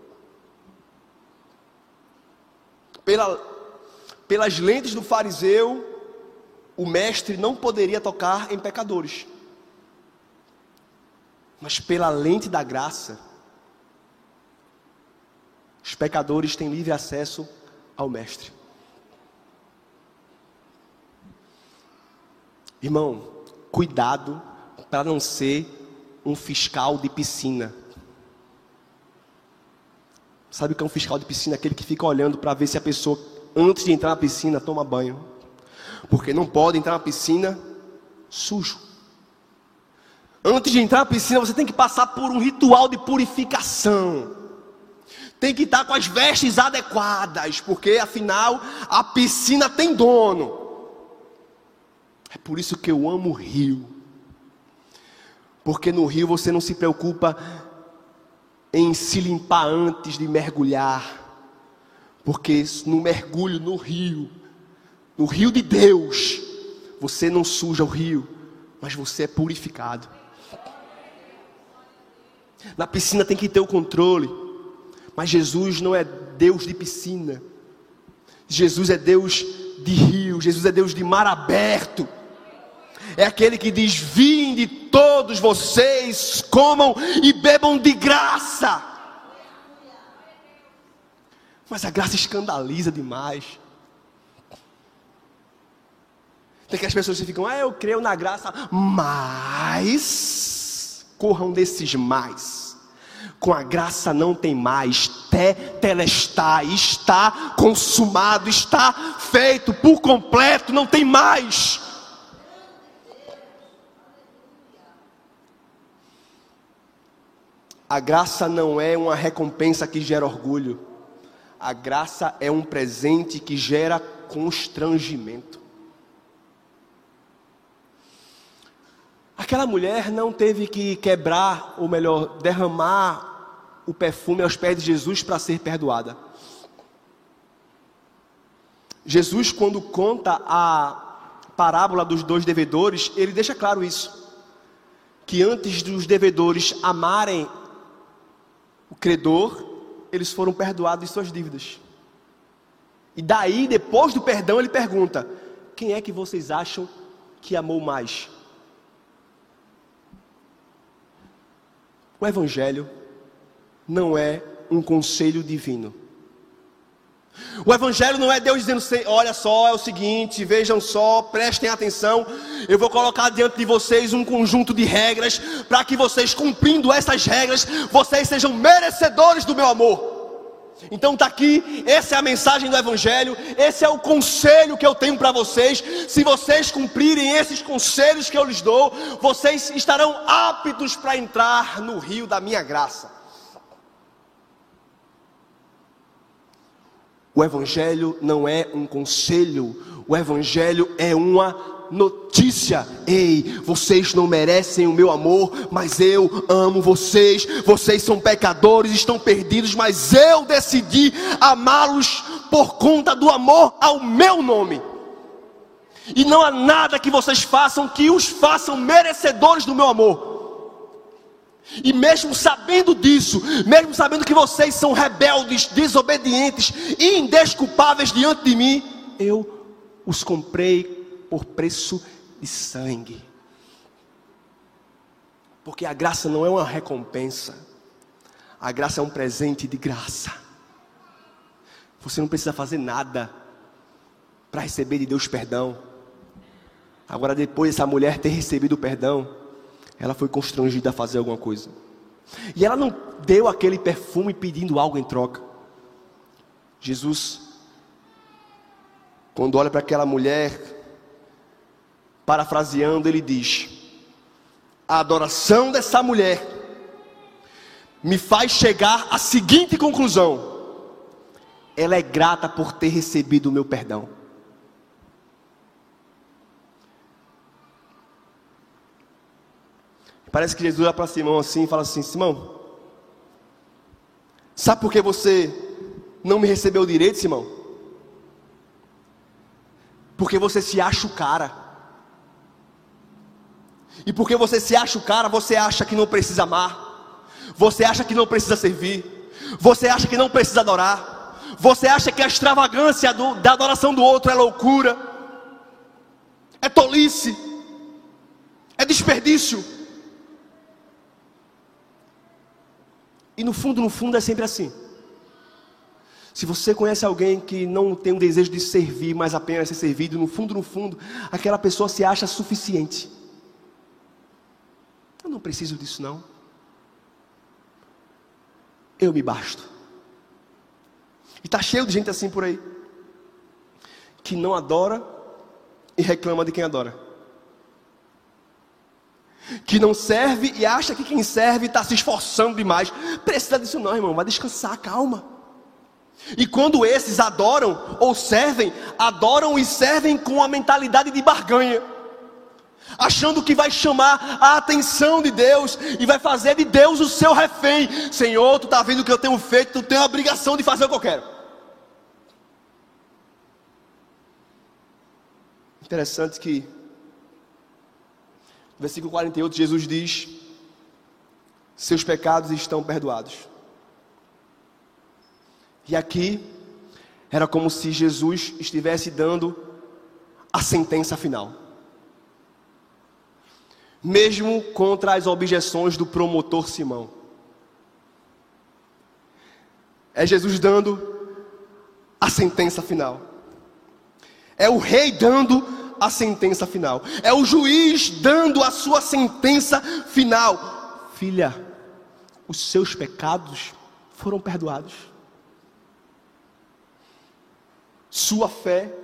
Pela, pelas lentes do fariseu, o mestre não poderia tocar em pecadores. Mas pela lente da graça, os pecadores têm livre acesso ao mestre. Irmão, cuidado para não ser um fiscal de piscina. Sabe o que é um fiscal de piscina? Aquele que fica olhando para ver se a pessoa, antes de entrar na piscina, toma banho. Porque não pode entrar na piscina sujo. Antes de entrar na piscina, você tem que passar por um ritual de purificação. Tem que estar com as vestes adequadas, porque afinal a piscina tem dono. É por isso que eu amo o rio. Porque no rio você não se preocupa em se limpar antes de mergulhar. Porque no mergulho no rio, no rio de Deus, você não suja o rio, mas você é purificado. Na piscina tem que ter o controle, mas Jesus não é Deus de piscina. Jesus é Deus de rio, Jesus é Deus de mar aberto. É aquele que diz: vinde todos vocês, comam e bebam de graça. Mas a graça escandaliza demais. Tem que as pessoas ficam: ah, eu creio na graça, mas corram desses mais. Com a graça não tem mais, tetelestai, está consumado, está feito por completo, não tem mais. A A graça não é uma recompensa que gera orgulho. A graça é um presente que gera constrangimento. Aquela mulher não teve que quebrar, ou melhor, derramar o perfume aos pés de Jesus para ser perdoada. Jesus, quando conta a parábola dos dois devedores, ele deixa claro isso. Que antes dos devedores amarem o credor, eles foram perdoados de suas dívidas. E daí, depois do perdão, ele pergunta: quem é que vocês acham que amou mais? O Evangelho não é um conselho divino. O Evangelho não é Deus dizendo: olha só, é o seguinte, vejam só, prestem atenção, eu vou colocar diante de vocês um conjunto de regras, para que vocês, cumprindo essas regras, vocês sejam merecedores do meu amor. Então está aqui, essa é a mensagem do Evangelho, esse é o conselho que eu tenho para vocês. Se vocês cumprirem esses conselhos que eu lhes dou, vocês estarão aptos para entrar no rio da minha graça. O Evangelho não é um conselho, o Evangelho é uma notícia. Ei, vocês não merecem o meu amor, mas eu amo vocês. Vocês são pecadores, estão perdidos, mas eu decidi amá-los por conta do amor ao meu nome. E não há nada que vocês façam que os façam merecedores do meu amor. E mesmo sabendo disso, mesmo sabendo que vocês são rebeldes, desobedientes e indesculpáveis diante de mim, eu os comprei por preço de sangue. Porque a graça não é uma recompensa, a graça é um presente de graça. Você não precisa fazer nada para receber de Deus perdão. Agora, depois dessa mulher ter recebido o perdão, ela foi constrangida a fazer alguma coisa. E ela não deu aquele perfume pedindo algo em troca. Jesus, quando olha para aquela mulher, parafraseando, ele diz: a adoração dessa mulher me faz chegar à seguinte conclusão: ela é grata por ter recebido o meu perdão. Parece que Jesus olha para Simão assim e fala assim: Simão, sabe por que você não me recebeu direito, Simão? Porque você se acha o cara. E porque você se acha o cara, você acha que não precisa amar, você acha que não precisa servir, você acha que não precisa adorar, você acha que a extravagância do, da adoração do outro é loucura, é tolice, é desperdício. E no fundo, no fundo é sempre assim. Se você conhece alguém que não tem um desejo de servir, mas apenas ser servido, no fundo, no fundo, aquela pessoa se acha suficiente. Eu não preciso disso não. Eu me basto. E está cheio de gente assim por aí, que não adora e reclama de quem adora, que não serve e acha que quem serve está se esforçando demais. Precisa disso não, irmão, vai descansar, calma. E quando esses adoram ou servem, adoram e servem com a mentalidade de barganha, achando que vai chamar a atenção de Deus e vai fazer de Deus o seu refém. Senhor, tu está vendo o que eu tenho feito, tu tem a obrigação de fazer o que eu quero. Interessante que no versículo quarenta e oito, Jesus diz: seus pecados estão perdoados. E aqui era como se Jesus estivesse dando a sentença final, mesmo contra as objeções do promotor Simão. É Jesus dando a sentença final. É o rei dando a sentença final. É o juiz dando a sua sentença final. Filha, os seus pecados foram perdoados. Sua fé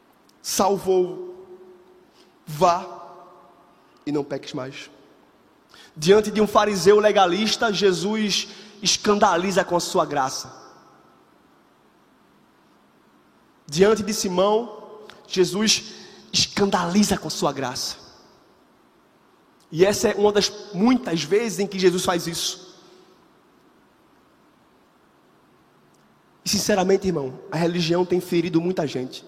salvou. Vá e não peques mais. Diante de um fariseu legalista, Jesus escandaliza com a sua graça. Diante de Simão, Jesus escandaliza com a sua graça. E essa é uma das muitas vezes em que Jesus faz isso. E sinceramente, irmão, a religião tem ferido muita gente.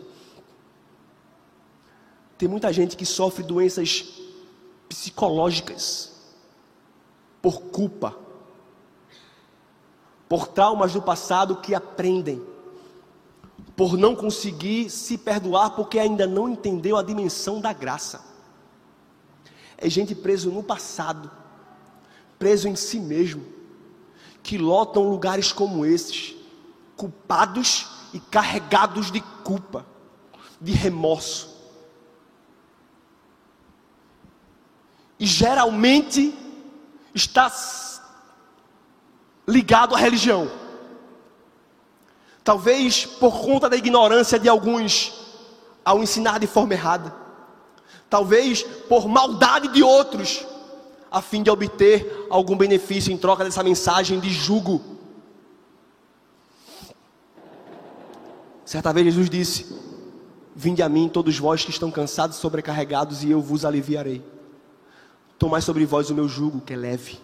Tem muita gente que sofre doenças psicológicas por culpa, por traumas do passado que aprendem, por não conseguir se perdoar porque ainda não entendeu a dimensão da graça. É gente preso no passado, preso em si mesmo, que lotam lugares como esses, culpados e carregados de culpa, de remorso. E geralmente está ligado à religião. Talvez por conta da ignorância de alguns ao ensinar de forma errada. Talvez por maldade de outros, a fim de obter algum benefício em troca dessa mensagem de jugo. Certa vez Jesus disse: vinde a mim todos vós que estão cansados e sobrecarregados, e eu vos aliviarei. Tomai sobre vós o meu jugo, que é leve.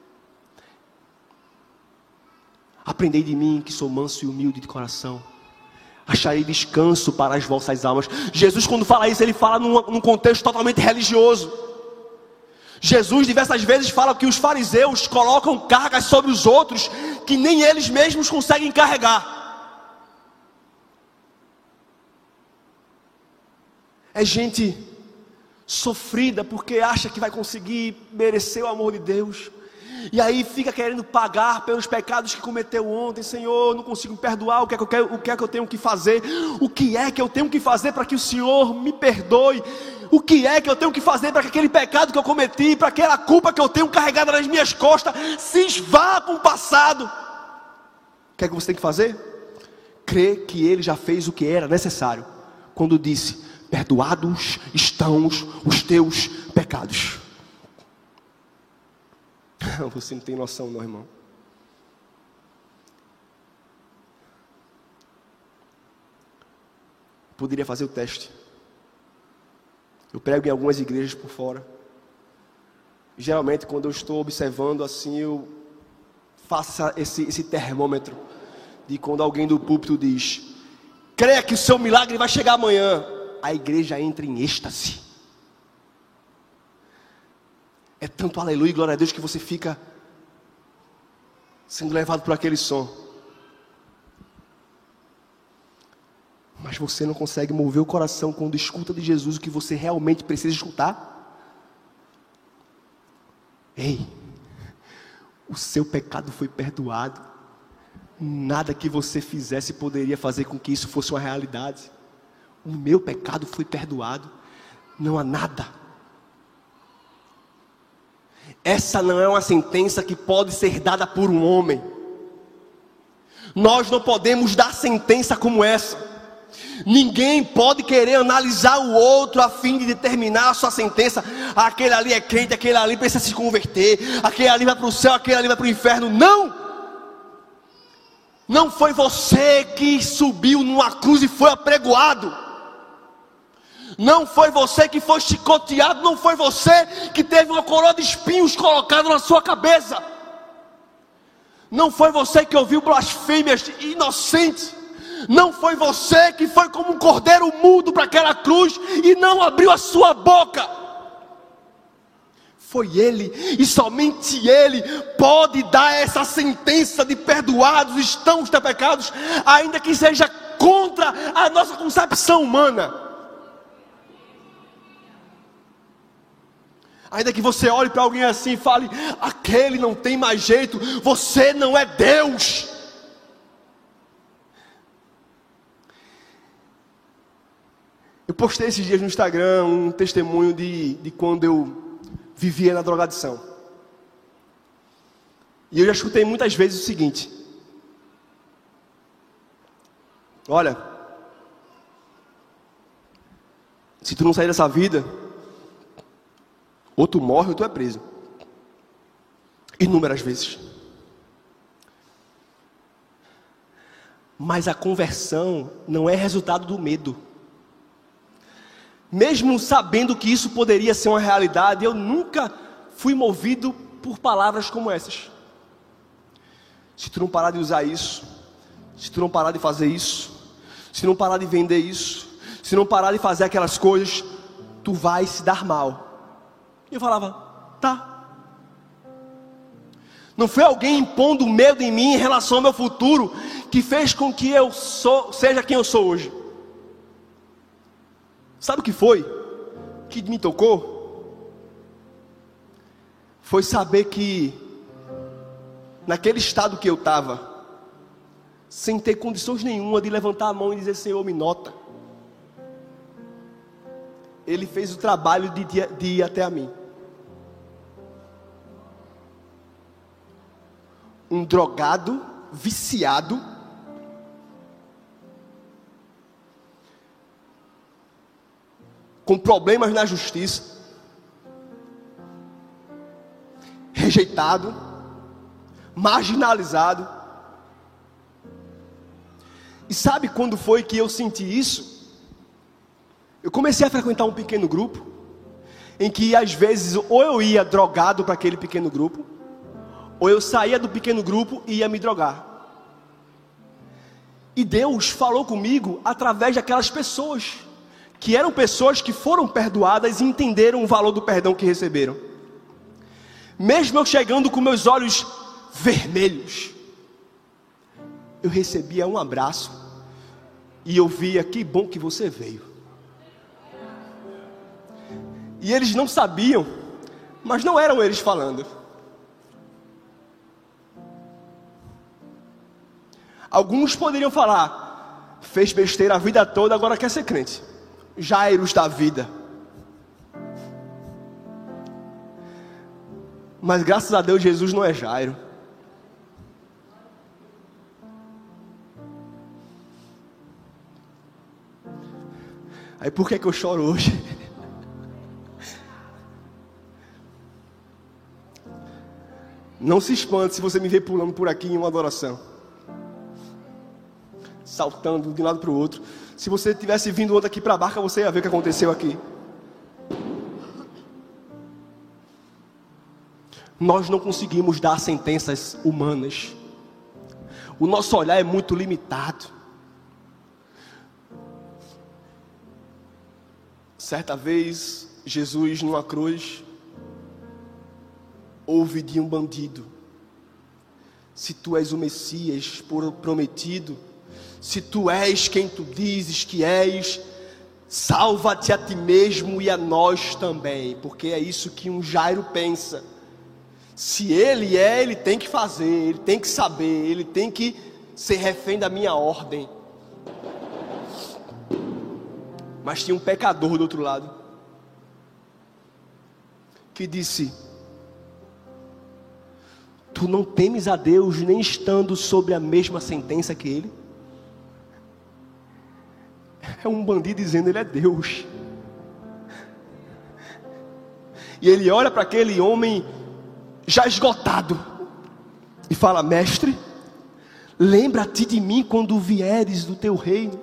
Aprendei de mim, que sou manso e humilde de coração. Acharei descanso para as vossas almas. Jesus, quando fala isso, ele fala num, num contexto totalmente religioso. Jesus diversas vezes fala que os fariseus colocam cargas sobre os outros que nem eles mesmos conseguem carregar. É gente sofrida porque acha que vai conseguir merecer o amor de Deus, e aí fica querendo pagar pelos pecados que cometeu ontem. Senhor, não consigo me perdoar, o que é que eu quero, o que é que eu tenho que fazer? O que é que eu tenho que fazer para que o Senhor me perdoe? O que é que eu tenho que fazer para que aquele pecado que eu cometi, para aquela culpa que eu tenho carregada nas minhas costas, se esvá com o passado? O que é que você tem que fazer? Crer que Ele já fez o que era necessário, quando disse: perdoados estão os teus pecados. Você não tem noção não, irmão. Poderia fazer o teste. Eu prego em algumas igrejas por fora. Geralmente quando eu estou observando assim, eu faço esse, esse termômetro de quando alguém do púlpito diz: creia que o seu milagre vai chegar amanhã. A igreja entra em êxtase. É tanto aleluia e glória a Deus que você fica sendo levado por aquele som. Mas você não consegue mover o coração quando escuta de Jesus o que você realmente precisa escutar. Ei, o seu pecado foi perdoado. Nada que você fizesse poderia fazer com que isso fosse uma realidade. O meu pecado foi perdoado. Não há nada. Essa não é uma sentença que pode ser dada por um homem. Nós não podemos dar sentença como essa. Ninguém pode querer analisar o outro a fim de determinar a sua sentença. Aquele ali é crente, aquele ali precisa se converter, aquele ali vai para o céu, aquele ali vai para o inferno. Não! Não foi você que subiu numa cruz e foi apregoado. Não foi você que foi chicoteado. Não foi você que teve uma coroa de espinhos colocada na sua cabeça. Não foi você que ouviu blasfêmias inocentes. Não foi você que foi como um cordeiro mudo para aquela cruz e não abriu a sua boca. Foi Ele, e somente Ele pode dar essa sentença de perdoados estão os teus pecados, ainda que seja contra a nossa concepção humana. Ainda que você olhe para alguém assim e fale: aquele não tem mais jeito, você não é Deus. Eu postei esses dias no Instagram um testemunho de, de quando eu vivia na drogadição. E eu já escutei muitas vezes o seguinte: olha, se tu não sair dessa vida, ou tu morre ou tu é preso. Inúmeras vezes. Mas a conversão não é resultado do medo. Mesmo sabendo que isso poderia ser uma realidade, eu nunca fui movido por palavras como essas. Se tu não parar de usar isso, se tu não parar de fazer isso, se não parar de vender isso, se não parar de fazer aquelas coisas, tu vai se dar mal. E eu falava, tá. Não foi alguém impondo medo em mim em relação ao meu futuro que fez com que eu sou, seja quem eu sou hoje. Sabe o que foi que me tocou? Foi saber que naquele estado que eu estava, sem ter condições nenhuma de levantar a mão e dizer, Senhor, me nota, Ele fez o trabalho de, de, de ir até a mim. Um drogado, viciado, com problemas na justiça, rejeitado, marginalizado. E sabe quando foi que eu senti isso? Eu comecei a frequentar um pequeno grupo, em que às vezes ou eu ia drogado para aquele pequeno grupo, ou eu saía do pequeno grupo e ia me drogar. E Deus falou comigo através daquelas pessoas, que eram pessoas que foram perdoadas e entenderam o valor do perdão que receberam. Mesmo eu chegando com meus olhos vermelhos, eu recebia um abraço, e eu via, que bom que você veio. E eles não sabiam, mas não eram eles falando. Alguns poderiam falar, fez besteira a vida toda, agora quer ser crente. Jairos da vida. Mas graças a Deus Jesus não é Jairo. Aí por que que eu choro hoje? Não se espante se você me ver pulando por aqui em uma adoração, saltando de um lado para o outro. Se você tivesse vindo outro aqui para a barca, você ia ver o que aconteceu aqui. Nós não conseguimos dar sentenças humanas. O nosso olhar é muito limitado. Certa vez, Jesus numa cruz, ouve de um bandido, se tu és o Messias prometido, se tu és quem tu dizes que és, salva-te a ti mesmo e a nós também, porque é isso que um Jairo pensa. Se ele é, ele tem que fazer, ele tem que saber, ele tem que ser refém da minha ordem. Mas tinha um pecador do outro lado, que disse, tu não temes a Deus nem estando sobre a mesma sentença que ele? É um bandido dizendo, ele é Deus. E ele olha para aquele homem já esgotado e fala, mestre, lembra-te de mim quando vieres do teu reino.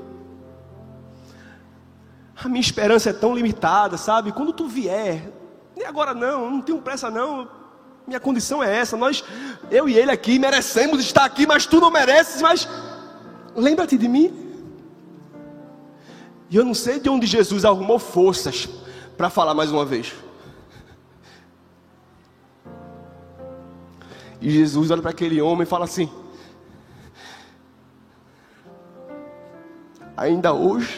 A minha esperança é tão limitada, sabe? Quando tu vier, nem agora não, não tenho pressa não, minha condição é essa, nós, eu e ele aqui merecemos estar aqui, mas tu não mereces, mas lembra-te de mim. E eu não sei de onde Jesus arrumou forças para falar mais uma vez. E Jesus olha para aquele homem e fala assim, ainda hoje,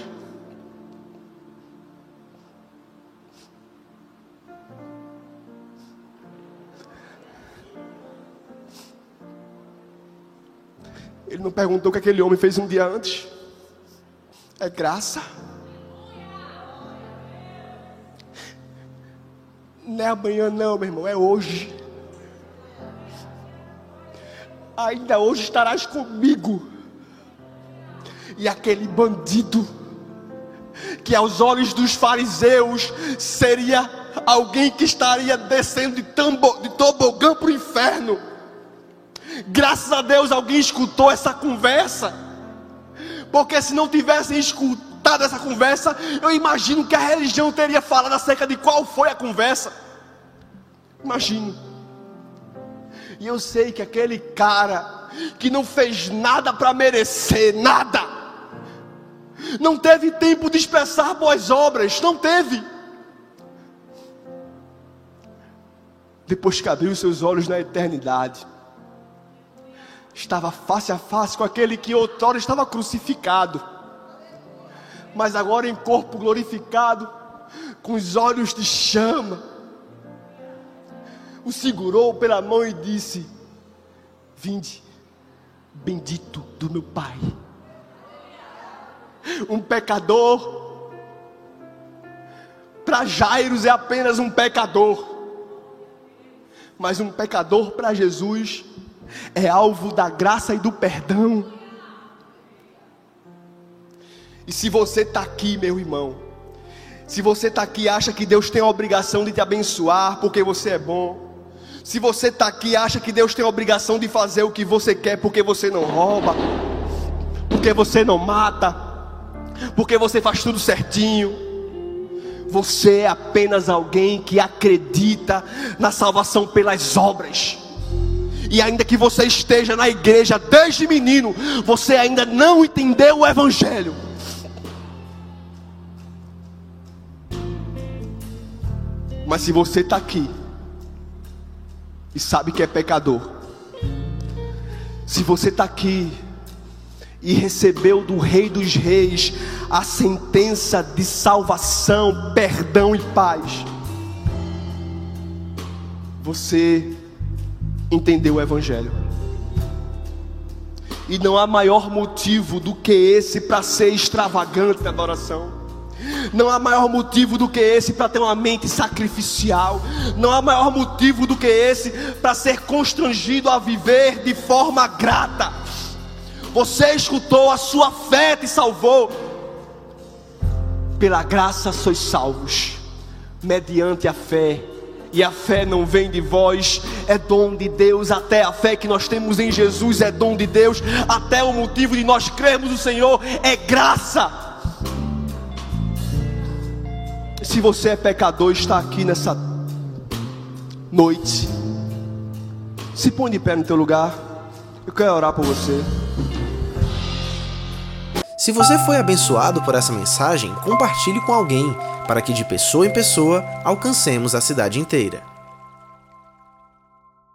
ele não perguntou o que aquele homem fez um dia antes. É graça. Não é amanhã não, meu irmão, é hoje. Ainda hoje estarás comigo. E aquele bandido, que aos olhos dos fariseus seria alguém que estaria descendo de, tambo, de tobogã para o inferno. Graças a Deus alguém escutou essa conversa, porque se não tivessem escutado essa conversa, eu imagino que a religião teria falado acerca de qual foi a conversa. Imagino. E eu sei que aquele cara que não fez nada para merecer nada, não teve tempo de expressar boas obras, não teve. Depois que abriu seus olhos na eternidade, estava face a face com aquele que outrora estava crucificado, mas agora em corpo glorificado, com os olhos de chama, o segurou pela mão e disse: vinde, bendito do meu Pai. Um pecador, para Jairus é apenas um pecador, mas um pecador para Jesus é alvo da graça e do perdão. E se você está aqui, meu irmão, se você está aqui e acha que Deus tem a obrigação de te abençoar porque você é bom, se você está aqui e acha que Deus tem a obrigação de fazer o que você quer porque você não rouba, porque você não mata, porque você faz tudo certinho, você é apenas alguém que acredita na salvação pelas obras. E ainda que você esteja na igreja desde menino, você ainda não entendeu o Evangelho. Mas se você está aqui e sabe que é pecador, se você está aqui e recebeu do Rei dos Reis a sentença de salvação, perdão e paz, você entendeu o Evangelho. E não há maior motivo do que esse para ser extravagante na adoração. Não há maior motivo do que esse para ter uma mente sacrificial. Não há maior motivo do que esse para ser constrangido a viver de forma grata. Você escutou, a sua fé te salvou. Pela graça sois salvos, mediante a fé. E a fé não vem de vós, é dom de Deus. Até a fé que nós temos em Jesus é dom de Deus. Até o motivo de nós crermos no Senhor é graça. Se você é pecador e está aqui nessa noite, se põe de pé no teu lugar. Eu quero orar por você. Se você foi abençoado por essa mensagem, compartilhe com alguém, para que de pessoa em pessoa alcancemos a cidade inteira.